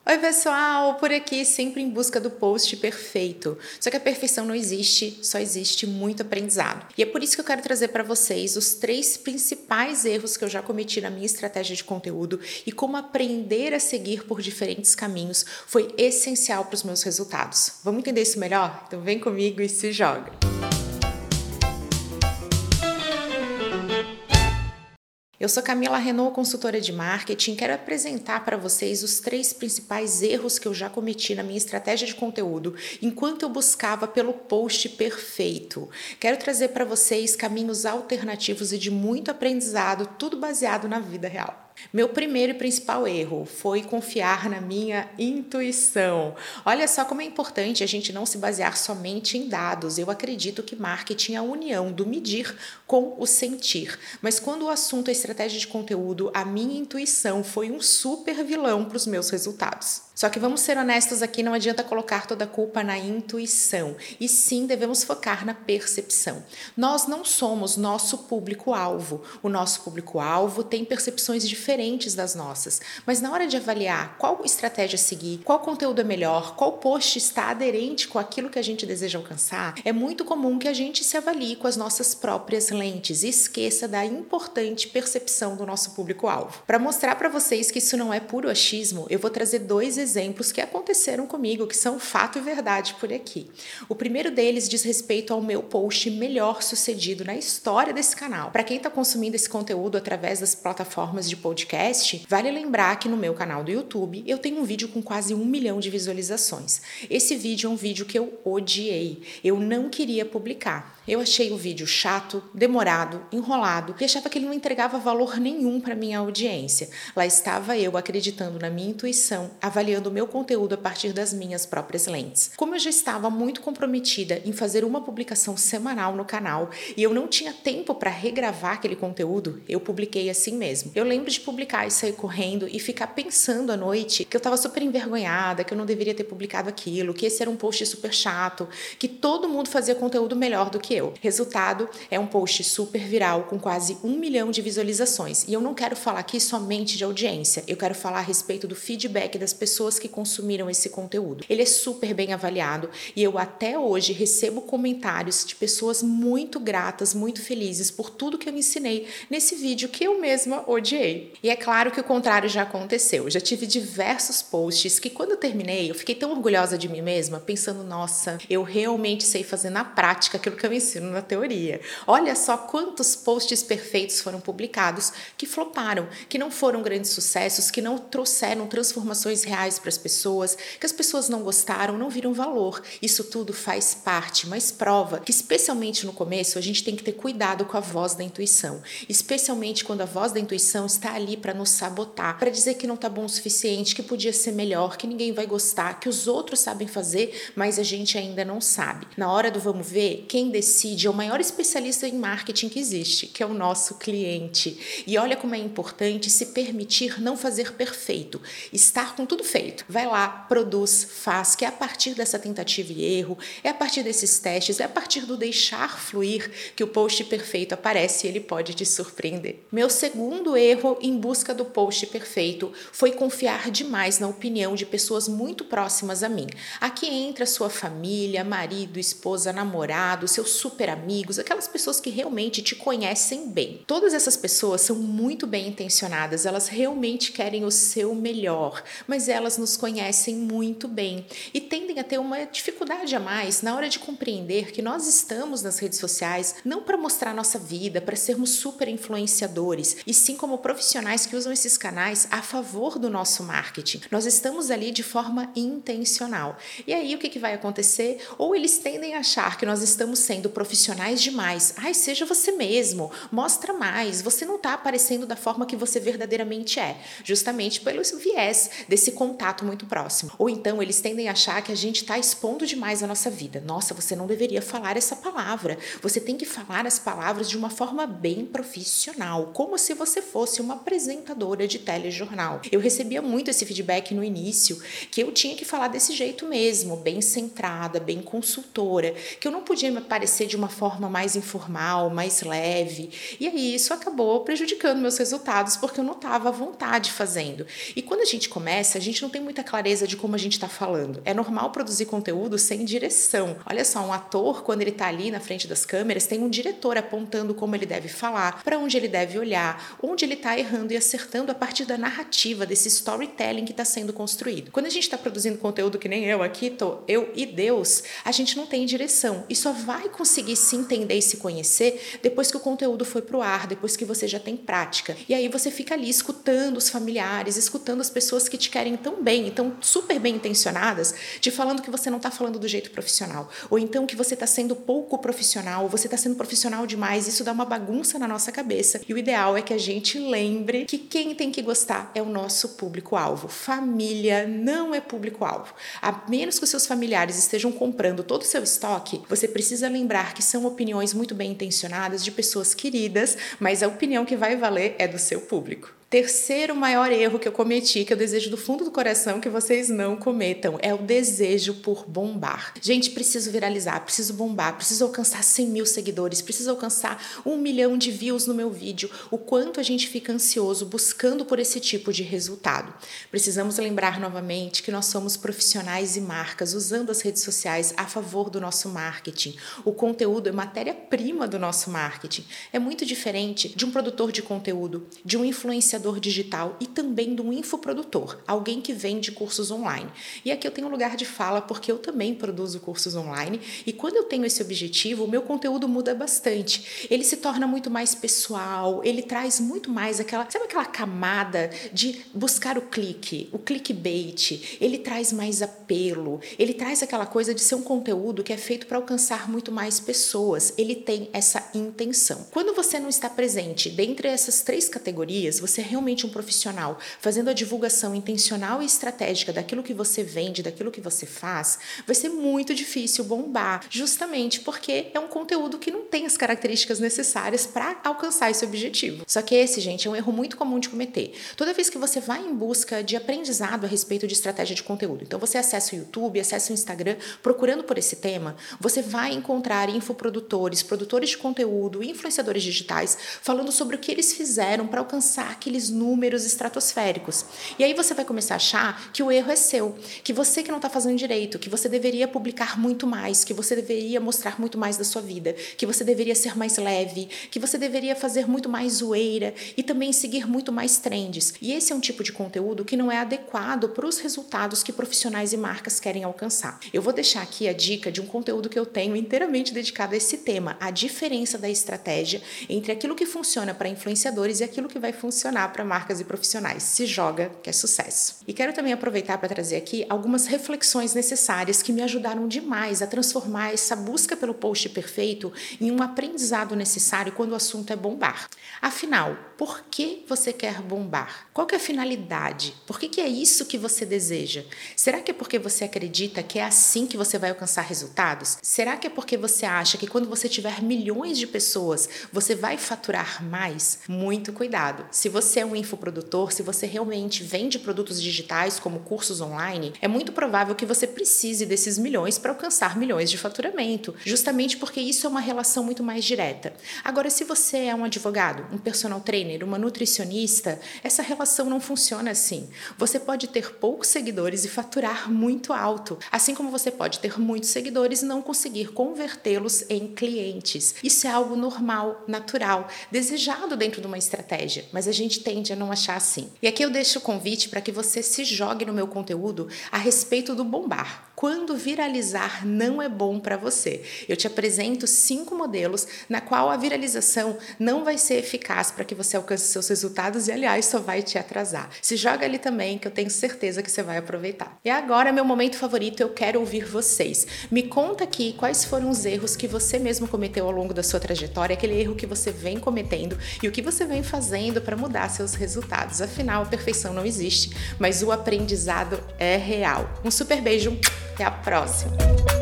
Oi pessoal, por aqui sempre em busca do post perfeito. Só que a perfeição não existe, só existe muito aprendizado. E é por isso que eu quero trazer para vocês os 3 principais erros que eu já cometi na minha estratégia de conteúdo e como aprender a seguir por diferentes caminhos foi essencial para os meus resultados. Vamos entender isso melhor? Então vem comigo e se joga! Eu sou Camila Renault, consultora de marketing. Quero apresentar para vocês os 3 principais erros que eu já cometi na minha estratégia de conteúdo enquanto eu buscava pelo post perfeito. Quero trazer para vocês caminhos alternativos e de muito aprendizado, tudo baseado na vida real. Meu primeiro e principal erro foi confiar na minha intuição. Olha só como é importante a gente não se basear somente em dados. Eu acredito que marketing é a união do medir com o sentir. Mas quando o assunto é estratégia de conteúdo, a minha intuição foi um super vilão para os meus resultados. Só que vamos ser honestos aqui, não adianta colocar toda a culpa na intuição. E sim, devemos focar na percepção. Nós não somos nosso público-alvo. O nosso público-alvo tem percepções diferentes das nossas. Mas na hora de avaliar qual estratégia seguir, qual conteúdo é melhor, qual post está aderente com aquilo que a gente deseja alcançar, é muito comum que a gente se avalie com as nossas próprias lentes e esqueça da importante percepção do nosso público-alvo. Para mostrar para vocês que isso não é puro achismo, eu vou trazer 2 exemplos que aconteceram comigo, que são fato e verdade por aqui. O primeiro deles diz respeito ao meu post melhor sucedido na história desse canal. Para quem está consumindo esse conteúdo através das plataformas de podcast, vale lembrar que no meu canal do YouTube eu tenho um vídeo com quase 1 milhão de visualizações. Esse vídeo é um vídeo que eu odiei. Eu não queria publicar. Eu achei o vídeo chato, demorado, enrolado e achava que ele não entregava valor nenhum para minha audiência. Lá estava eu acreditando na minha intuição, avaliando o meu conteúdo a partir das minhas próprias lentes. Como eu já estava muito comprometida em fazer uma publicação semanal no canal e eu não tinha tempo para regravar aquele conteúdo, eu publiquei assim mesmo. Eu lembro de publicar e sair correndo e ficar pensando à noite que eu estava super envergonhada, que eu não deveria ter publicado aquilo, que esse era um post super chato, que todo mundo fazia conteúdo melhor do que eu. Resultado é um post super viral com quase 1 milhão de visualizações. E eu não quero falar aqui somente de audiência, eu quero falar a respeito do feedback das pessoas que consumiram esse conteúdo. Ele é super bem avaliado e eu até hoje recebo comentários de pessoas muito gratas, muito felizes por tudo que eu ensinei nesse vídeo que eu mesma odiei. E é claro que o contrário já aconteceu. Eu já tive diversos posts que quando eu terminei, eu fiquei tão orgulhosa de mim mesma, pensando, nossa, eu realmente sei fazer na prática aquilo que eu ensino na teoria. Olha só quantos posts perfeitos foram publicados que floparam, que não foram grandes sucessos, que não trouxeram transformações reais para as pessoas, que as pessoas não gostaram, não viram valor. Isso tudo faz parte, mas prova que especialmente no começo a gente tem que ter cuidado com a voz da intuição, especialmente quando a voz da intuição está ali para nos sabotar, para dizer que não está bom o suficiente, que podia ser melhor, que ninguém vai gostar, que os outros sabem fazer, mas a gente ainda não sabe. Na hora do vamos ver, quem decide é o maior especialista em marketing que existe, que é o nosso cliente. E olha como é importante se permitir não fazer perfeito, estar com tudo feito. Vai lá, produz, faz, que é a partir dessa tentativa e erro, é a partir desses testes, é a partir do deixar fluir que o post perfeito aparece e ele pode te surpreender. Meu segundo erro em busca do post perfeito foi confiar demais na opinião de pessoas muito próximas a mim. Aqui entra sua família, marido, esposa, namorado, seus super amigos, aquelas pessoas que realmente te conhecem bem. Todas essas pessoas são muito bem intencionadas, elas realmente querem o seu melhor, mas elas nos conhecem muito bem e tendem a ter uma dificuldade a mais na hora de compreender que nós estamos nas redes sociais não para mostrar nossa vida, para sermos super influenciadores, e sim como profissionais que usam esses canais a favor do nosso marketing. Nós estamos ali de forma intencional. E aí o que vai acontecer? Ou eles tendem a achar que nós estamos sendo profissionais demais. Ai, seja você mesmo, mostra mais, você não está aparecendo da forma que você verdadeiramente é, justamente pelo viés desse contato muito próximo. Ou então eles tendem a achar que a gente está expondo demais a nossa vida. Nossa, você não deveria falar essa palavra, você tem que falar as palavras de uma forma bem profissional, como se você fosse uma apresentadora de telejornal. Eu recebia muito esse feedback no início, que eu tinha que falar desse jeito mesmo, bem centrada, bem consultora, que eu não podia me aparecer de uma forma mais informal, mais leve. E aí isso acabou prejudicando meus resultados, porque eu não estava à vontade fazendo. E quando a gente começa, a gente não tem muita clareza de como a gente está falando. É normal produzir conteúdo sem direção. Olha só, um ator, quando ele está ali na frente das câmeras, tem um diretor apontando como ele deve falar, para onde ele deve olhar, onde ele está errando e acertando a partir da narrativa, desse storytelling que está sendo construído. Quando a gente está produzindo conteúdo que nem eu aqui, eu e Deus, a gente não tem direção e só vai conseguir se entender e se conhecer depois que o conteúdo foi pro ar, depois que você já tem prática. E aí você fica ali escutando os familiares, escutando as pessoas que te querem tão bem, então super bem intencionadas, te falando que você não está falando do jeito profissional, ou então que você está sendo pouco profissional, ou você está sendo profissional demais. Isso dá uma bagunça na nossa cabeça. E o ideal é que a gente lembre que quem tem que gostar é o nosso público-alvo. Família não é público-alvo. A menos que os seus familiares estejam comprando todo o seu estoque, você precisa lembrar que são opiniões muito bem intencionadas de pessoas queridas, mas a opinião que vai valer é do seu público. Terceiro maior erro que eu cometi, que eu desejo do fundo do coração que vocês não cometam, é o desejo por bombar. Gente, preciso viralizar, preciso bombar, preciso alcançar 100 mil seguidores, preciso alcançar 1 milhão de views no meu vídeo. O quanto a gente fica ansioso buscando por esse tipo de resultado. Precisamos lembrar novamente que nós somos profissionais e marcas usando as redes sociais a favor do nosso marketing. O conteúdo é matéria-prima do nosso marketing. É muito diferente de um produtor de conteúdo, de um influenciador digital e também de um infoprodutor, alguém que vende cursos online. E aqui eu tenho um lugar de fala porque eu também produzo cursos online e quando eu tenho esse objetivo, o meu conteúdo muda bastante. Ele se torna muito mais pessoal, ele traz muito mais sabe aquela camada de buscar o clickbait, ele traz mais apelo, ele traz aquela coisa de ser um conteúdo que é feito para alcançar muito mais pessoas, ele tem essa intenção. Quando você não está presente dentre essas 3 categorias, você é realmente um profissional, fazendo a divulgação intencional e estratégica daquilo que você vende, daquilo que você faz, vai ser muito difícil bombar, justamente porque é um conteúdo que não tem as características necessárias para alcançar esse objetivo. Só que esse, gente, é um erro muito comum de cometer. Toda vez que você vai em busca de aprendizado a respeito de estratégia de conteúdo, então você acessa o YouTube, acessa o Instagram, procurando por esse tema, você vai encontrar infoprodutores, produtores de conteúdo, influenciadores digitais, falando sobre o que eles fizeram para alcançar aqueles números estratosféricos. E aí você vai começar a achar que o erro é seu, que você que não está fazendo direito, que você deveria publicar muito mais, que você deveria mostrar muito mais da sua vida, que você deveria ser mais leve, que você deveria fazer muito mais zoeira e também seguir muito mais trends. E esse é um tipo de conteúdo que não é adequado para os resultados que profissionais e marcas querem alcançar. Eu vou deixar aqui a dica de um conteúdo que eu tenho inteiramente dedicado a esse tema, a diferença da estratégia entre aquilo que funciona para influenciadores e aquilo que vai funcionar para marcas e profissionais. Se joga, que é sucesso. E quero também aproveitar para trazer aqui algumas reflexões necessárias que me ajudaram demais a transformar essa busca pelo post perfeito em um aprendizado necessário quando o assunto é bombar. Afinal, por que você quer bombar? Qual que é a finalidade? Por que é isso que você deseja? Será que é porque você acredita que é assim que você vai alcançar resultados? Será que é porque você acha que quando você tiver milhões de pessoas, você vai faturar mais? Muito cuidado. Se você é um infoprodutor, se você realmente vende produtos digitais como cursos online, é muito provável que você precise desses milhões para alcançar milhões de faturamento, justamente porque isso é uma relação muito mais direta. Agora, se você é um advogado, um personal trainer, uma nutricionista, essa relação não funciona assim. Você pode ter poucos seguidores e faturar muito alto, assim como você pode ter muitos seguidores e não conseguir convertê-los em clientes. Isso é algo normal, natural, desejado dentro de uma estratégia, mas a gente tende a não achar assim. E aqui eu deixo o convite para que você se jogue no meu conteúdo a respeito do bombar. Quando viralizar não é bom para você. Eu te apresento 5 modelos na qual a viralização não vai ser eficaz para que você alcance seus resultados e, aliás, só vai te atrasar. Se joga ali também, que eu tenho certeza que você vai aproveitar. E agora, meu momento favorito, eu quero ouvir vocês. Me conta aqui quais foram os erros que você mesmo cometeu ao longo da sua trajetória, aquele erro que você vem cometendo e o que você vem fazendo para mudar seus resultados. Afinal, a perfeição não existe, mas o aprendizado é real. Um super beijo, até a próxima!